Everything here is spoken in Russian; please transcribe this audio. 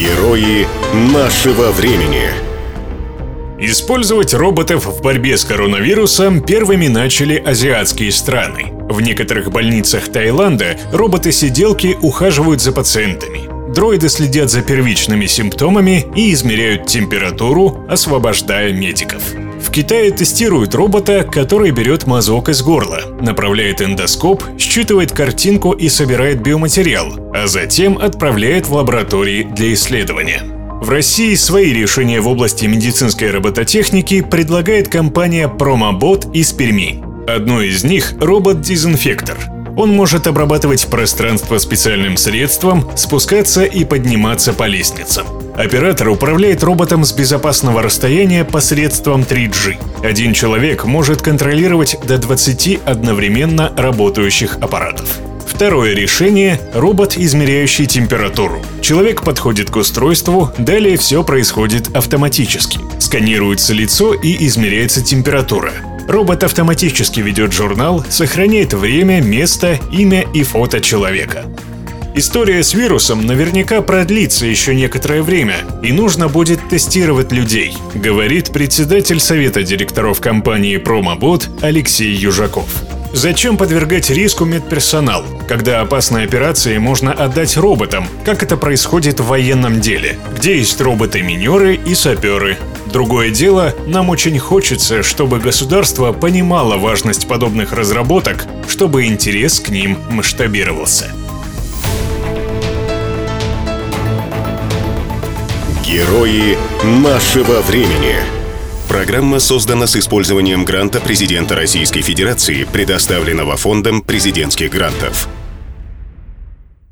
Герои нашего времени. Использовать роботов в борьбе с коронавирусом первыми начали азиатские страны. В некоторых больницах Таиланда роботы-сиделки ухаживают за пациентами. Дроиды следят за первичными симптомами и измеряют температуру, освобождая медиков. В Китае тестируют робота, который берет мазок из горла, направляет эндоскоп, считывает картинку и собирает биоматериал, а затем отправляет в лаборатории для исследования. В России свои решения в области медицинской робототехники предлагает компания PromoBot из Перми. Одно из них — робот-дезинфектор. Он может обрабатывать пространство специальным средством, спускаться и подниматься по лестницам. Оператор управляет роботом с безопасного расстояния посредством 3G. Один человек может контролировать до 20 одновременно работающих аппаратов. Второе решение — робот, измеряющий температуру. Человек подходит к устройству, далее все происходит автоматически. Сканируется лицо и измеряется температура. Робот автоматически ведет журнал, сохраняет время, место, имя и фото человека. История с вирусом наверняка продлится еще некоторое время, и нужно будет тестировать людей, говорит председатель совета директоров компании PromoBot Алексей Южаков. Зачем подвергать риску медперсонал, когда опасные операции можно отдать роботам, как это происходит в военном деле, где есть роботы-минеры и саперы? Другое дело, нам очень хочется, чтобы государство понимало важность подобных разработок, чтобы интерес к ним масштабировался. Герои нашего времени. Программа создана с использованием гранта президента Российской Федерации, предоставленного Фондом президентских грантов.